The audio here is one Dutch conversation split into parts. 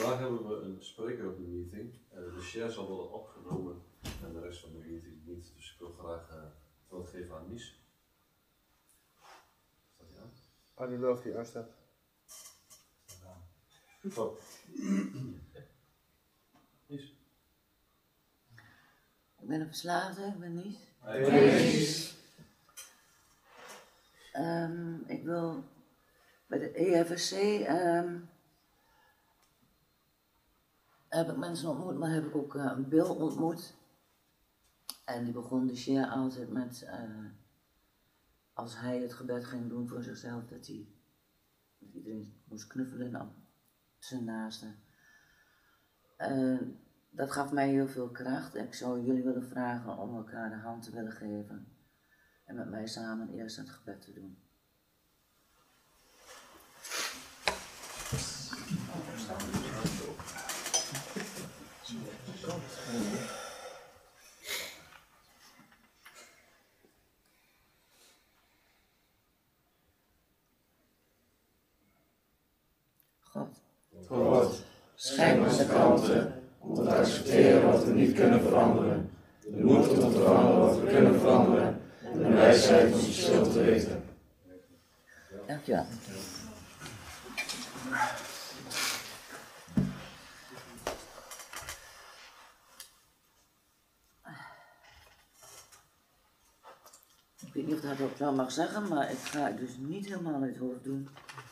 Vandaag hebben we een spreker op de meeting. De share zal worden opgenomen en de rest van de meeting niet. Dus ik wil graag het woord geven aan Mies. Staat die aan? Annie Loof die aanstaat. Oh. Mies. Ik ben een verslaafde, ik ben Mies. Mies. Ik wil bij de EFSC heb ik mensen ontmoet, maar heb ik ook een Bill ontmoet. En die begon de share altijd met, als hij het gebed ging doen voor zichzelf, dat iedereen moest knuffelen op zijn naaste. Dat gaf mij heel veel kracht. Ik zou jullie willen vragen om elkaar de hand te willen geven. En met mij samen eerst het gebed te doen. God, schijn onze kanten om te accepteren wat we niet kunnen veranderen, de moed om te veranderen wat we kunnen veranderen en de wijsheid om het verschil te weten. Dankjewel. Ik weet niet of dat ook wel mag zeggen, maar ik ga het dus niet helemaal uit het hoofd doen.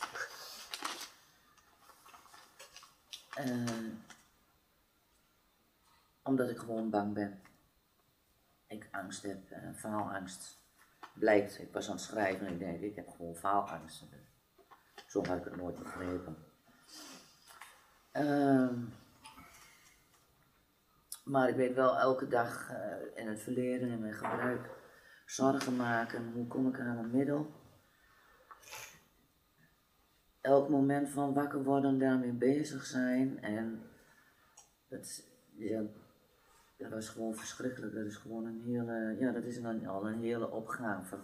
Omdat ik gewoon bang ben. Ik angst heb, faalangst. Blijkt, ik was aan het schrijven en ik denk, ik heb gewoon faalangst. Zo had ik het nooit begrepen. Maar ik weet wel elke dag in het verleden, in mijn gebruik, zorgen maken. Hoe kom ik aan een middel? Elk moment van wakker worden, daarmee bezig zijn. En dat was gewoon verschrikkelijk. Dat is gewoon een hele, dat is al een hele opgave.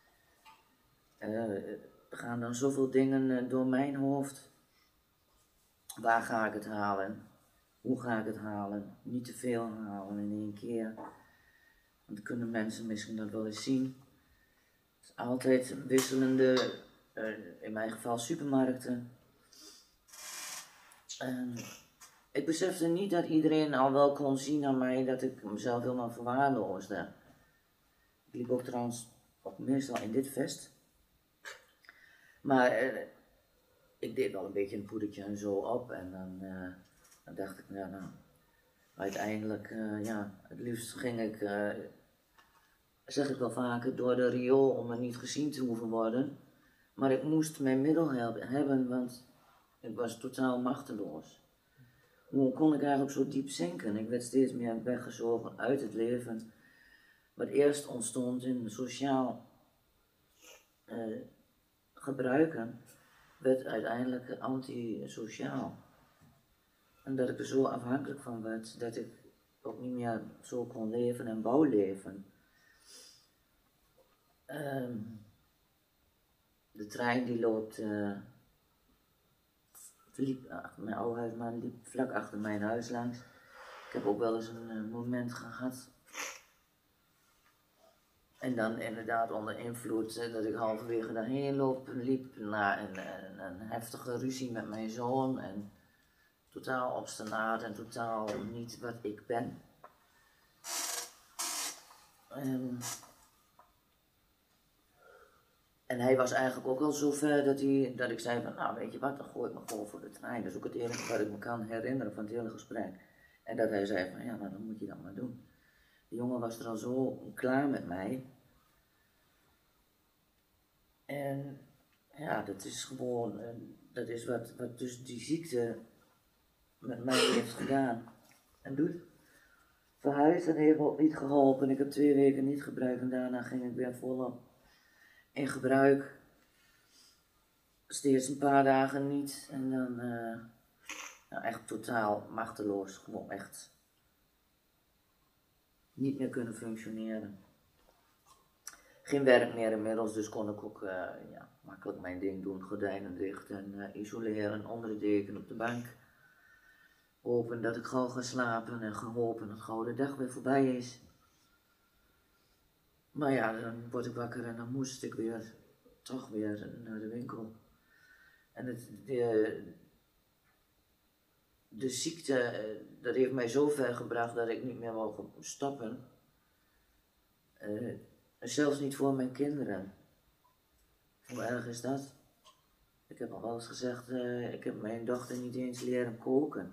Er gaan dan zoveel dingen door mijn hoofd. Waar ga ik het halen? Hoe ga ik het halen? Niet te veel halen in één keer. Want dan kunnen mensen misschien dat wel eens zien. Het is altijd wisselende, in mijn geval supermarkten. Ik besefte niet dat iedereen al wel kon zien aan mij dat ik mezelf helemaal verwaarloosde. Ik liep ook trouwens ook meestal in dit vest. Maar ik deed wel een beetje een poedertje en zo op en dan dacht ik, uiteindelijk, het liefst ging ik, zeg ik wel vaker, door de riool om er niet gezien te hoeven worden. Maar ik moest mijn middel hebben, want ik was totaal machteloos. Hoe kon ik eigenlijk zo diep zinken? Ik werd steeds meer weggezogen uit het leven. Wat eerst ontstond in sociaal gebruiken, werd uiteindelijk antisociaal. En dat ik er zo afhankelijk van werd, dat ik ook niet meer zo kon leven en wou leven. De trein die loopt, liep achter mijn oude huis, maar liep vlak achter mijn huis langs. Ik heb ook wel eens een moment gehad. En dan inderdaad onder invloed dat ik halverwege daarheen liep naar een heftige ruzie met mijn zoon. En totaal obstinaat en totaal niet wat ik ben. En hij was eigenlijk ook al zo ver dat ik zei van, weet je wat, dan gooi ik me gewoon voor de trein. Dat is ook het enige wat ik me kan herinneren van het hele gesprek. En dat hij zei van, maar dan moet je dat maar doen. De jongen was er al zo klaar met mij. En dat is gewoon, dat is wat dus die ziekte met mij heeft gedaan en doet. Verhuisd en heeft ook niet geholpen. Ik heb 2 weken niet gebruikt en daarna ging ik weer volop in gebruik. Steeds een paar dagen niet en dan echt totaal machteloos. Gewoon echt niet meer kunnen functioneren. Geen werk meer inmiddels, dus kon ik ook makkelijk mijn ding doen. Gordijnen dicht en isoleren onder de deken op de bank. hopen dat ik gauw ga slapen en gehopen dat gauw de dag weer voorbij is. Maar ja, dan word ik wakker en dan moest ik weer, toch weer naar de winkel. En de ziekte, dat heeft mij zo ver gebracht dat ik niet meer wou stoppen. Zelfs niet voor mijn kinderen. Hoe erg is dat? Ik heb al wel eens gezegd, ik heb mijn dochter niet eens leren koken.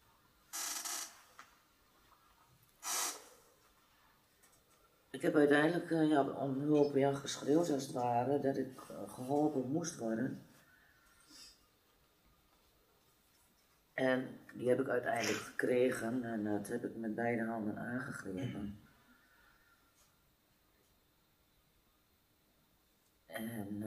Ik heb uiteindelijk om hulp geschreeuwd als het ware, dat ik geholpen moest worden. En die heb ik uiteindelijk gekregen en dat heb ik met beide handen aangegrepen. En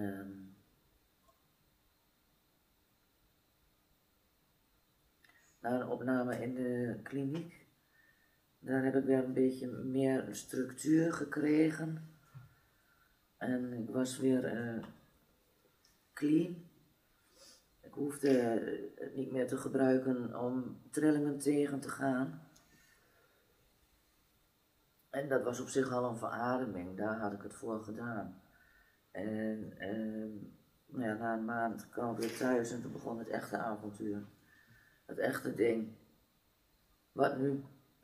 na een opname in de kliniek, daar heb ik weer een beetje meer structuur gekregen. En ik was weer clean. Ik hoefde het niet meer te gebruiken om trillingen tegen te gaan. En dat was op zich al een verademing, daar had ik het voor gedaan. En na een maand kwam ik weer thuis en toen begon het echte avontuur. Het echte ding. Wat nu?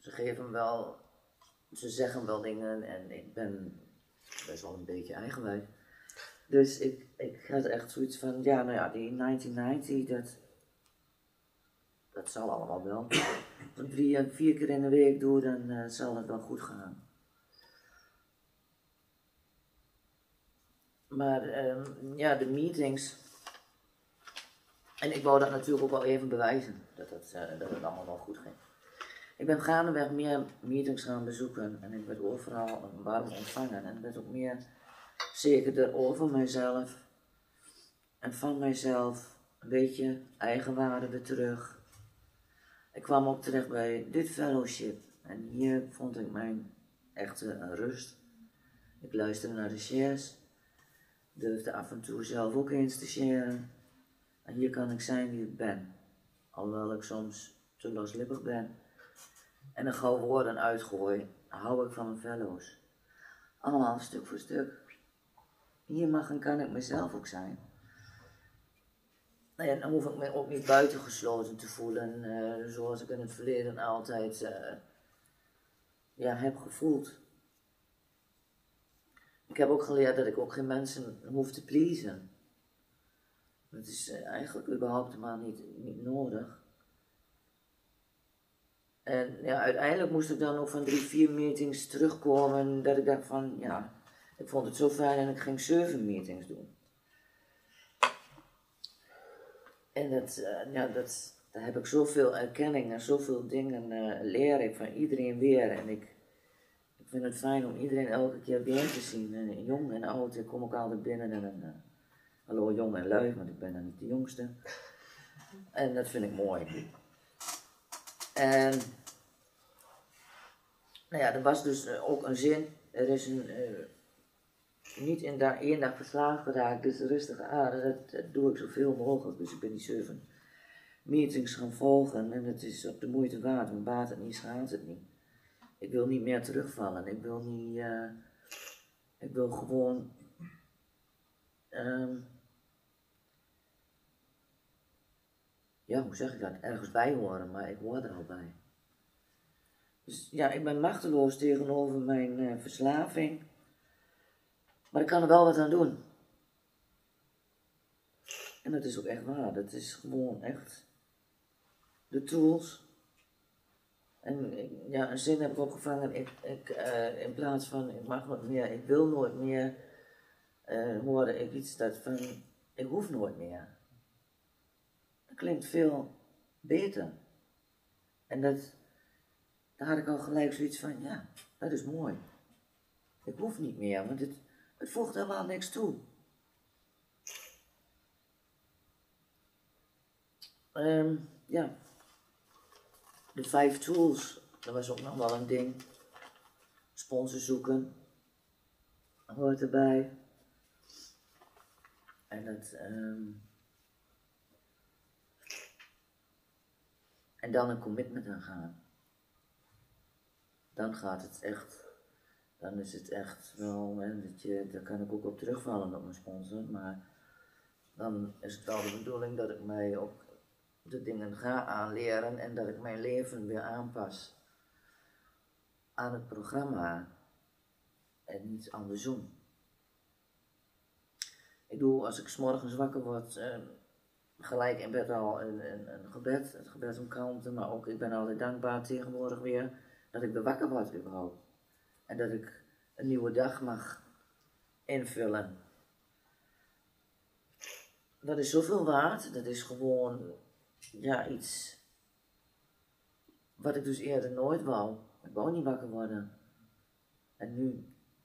Ze zeggen wel dingen en ik ben best wel een beetje eigenwijs. Dus ik had echt zoiets van, die 1990, dat zal allemaal wel. Als ik 3 à 4 keer in de week doe, dan zal het wel goed gaan. Maar de meetings, en ik wou dat natuurlijk ook wel even bewijzen, dat het allemaal wel goed ging. Ik ben gaandeweg meer meetings gaan bezoeken en ik werd overal warm ontvangen en werd ook meer zekerder over mijzelf en van mijzelf, een beetje eigenwaarde weer terug. Ik kwam ook terecht bij dit fellowship en hier vond ik mijn echte rust. Ik luisterde naar de shares, durfde af en toe zelf ook eens te sharen. En hier kan ik zijn wie ik ben, alhoewel ik soms te loslippig ben. En een gauw woorden uitgooi, hou ik van mijn fellows. Allemaal stuk voor stuk. Hier mag en kan ik mezelf ook zijn. En dan hoef ik me ook niet buitengesloten te voelen, zoals ik in het verleden altijd heb gevoeld. Ik heb ook geleerd dat ik ook geen mensen hoef te pleasen. Dat is eigenlijk überhaupt helemaal niet nodig. En uiteindelijk moest ik dan ook van 3, 4 meetings terugkomen, dat ik dacht van, ik vond het zo fijn en ik ging 7 meetings doen. En daar heb ik zoveel erkenning en zoveel dingen leer ik van iedereen weer. En ik vind het fijn om iedereen elke keer weer te zien. En jong en oud, ik kom ook altijd binnen en hallo jong en lui, want ik ben dan niet de jongste. En dat vind ik mooi. En er was dus ook een zin, er is niet in daar 1 dag verslaafd geraakt, dus rustig aan, dat doe ik zoveel mogelijk. Dus ik ben die 7 meetings gaan volgen en het is op de moeite waard, want baat het niet, schaadt het niet. Ik wil niet meer terugvallen, ik wil niet, ik wil gewoon, hoe zeg ik dat, ergens bij horen, maar ik hoor er al bij. Dus ik ben machteloos tegenover mijn verslaving, maar ik kan er wel wat aan doen. En dat is ook echt waar, dat is gewoon echt de tools. En een zin heb ik opgevangen, in plaats van ik mag nooit meer, ik wil nooit meer, hoorde ik iets dat van, ik hoef nooit meer. Dat klinkt veel beter. En daar had ik al gelijk zoiets van, dat is mooi. Ik hoef niet meer, want het voegt helemaal niks toe. De 5 tools, dat was ook nog wel een ding. Sponsor zoeken, hoort erbij. En En dan een commitment aangaan. Dan gaat het echt, dan is het echt wel, hè, daar kan ik ook op terugvallen op mijn sponsor, maar dan is het wel de bedoeling dat ik mij ook de dingen ga aanleren en dat ik mijn leven weer aanpas aan het programma en niet andersom. Ik doe als ik 's morgens wakker word, gelijk in bed al een gebed, het gebed om kalmte, maar ook ik ben altijd dankbaar tegenwoordig weer dat ik weer wakker word überhaupt. En dat ik een nieuwe dag mag invullen. Dat is zoveel waard, dat is gewoon, ja, iets wat ik dus eerder nooit wou. Ik wou niet wakker worden. En nu,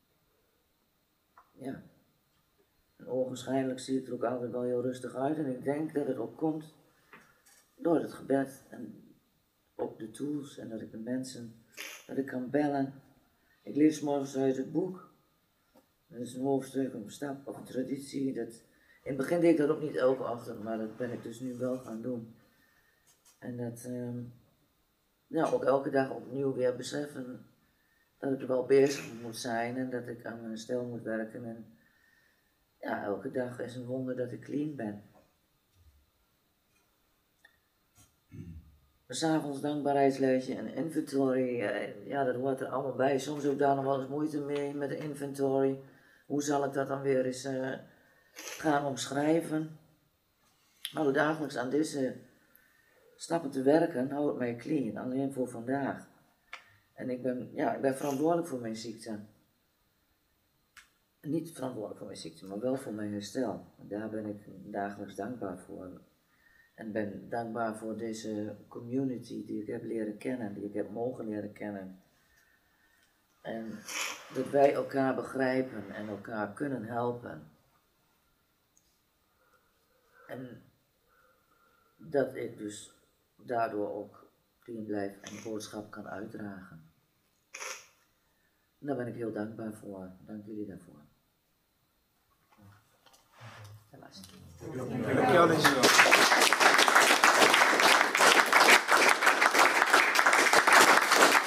ja, en ogenschijnlijk zie ik er ook altijd wel heel rustig uit. En ik denk dat het ook komt door het gebed en ook de tools en dat ik de mensen, dat ik kan bellen. Ik lees 's morgens uit het boek. Dat is een hoofdstuk, een stap of een traditie. In het begin deed ik dat ook niet elke ochtend, maar dat ben ik dus nu wel gaan doen. En dat, ook elke dag opnieuw weer beseffen dat ik er wel bezig moet zijn en dat ik aan mijn herstel moet werken. En ja, elke dag is een wonder dat ik clean ben. 'S Avonds dankbaarheidslijstje en inventory, ja, dat hoort er allemaal bij. Soms heb ik daar nog wel eens moeite mee met de inventory. Hoe zal ik dat dan weer eens gaan omschrijven? Maar door dagelijks aan deze stappen te werken, hou ik mij clean, alleen voor vandaag. En ik ben verantwoordelijk voor mijn ziekte. Niet verantwoordelijk voor mijn ziekte, maar wel voor mijn herstel. En daar ben ik dagelijks dankbaar voor. En ben dankbaar voor deze community die ik heb leren kennen, die ik heb mogen leren kennen. En dat wij elkaar begrijpen en elkaar kunnen helpen. En dat ik dus daardoor ook clean blijf en de boodschap kan uitdragen. En daar ben ik heel dankbaar voor. Dank jullie daarvoor. Helaas. Dankjewel.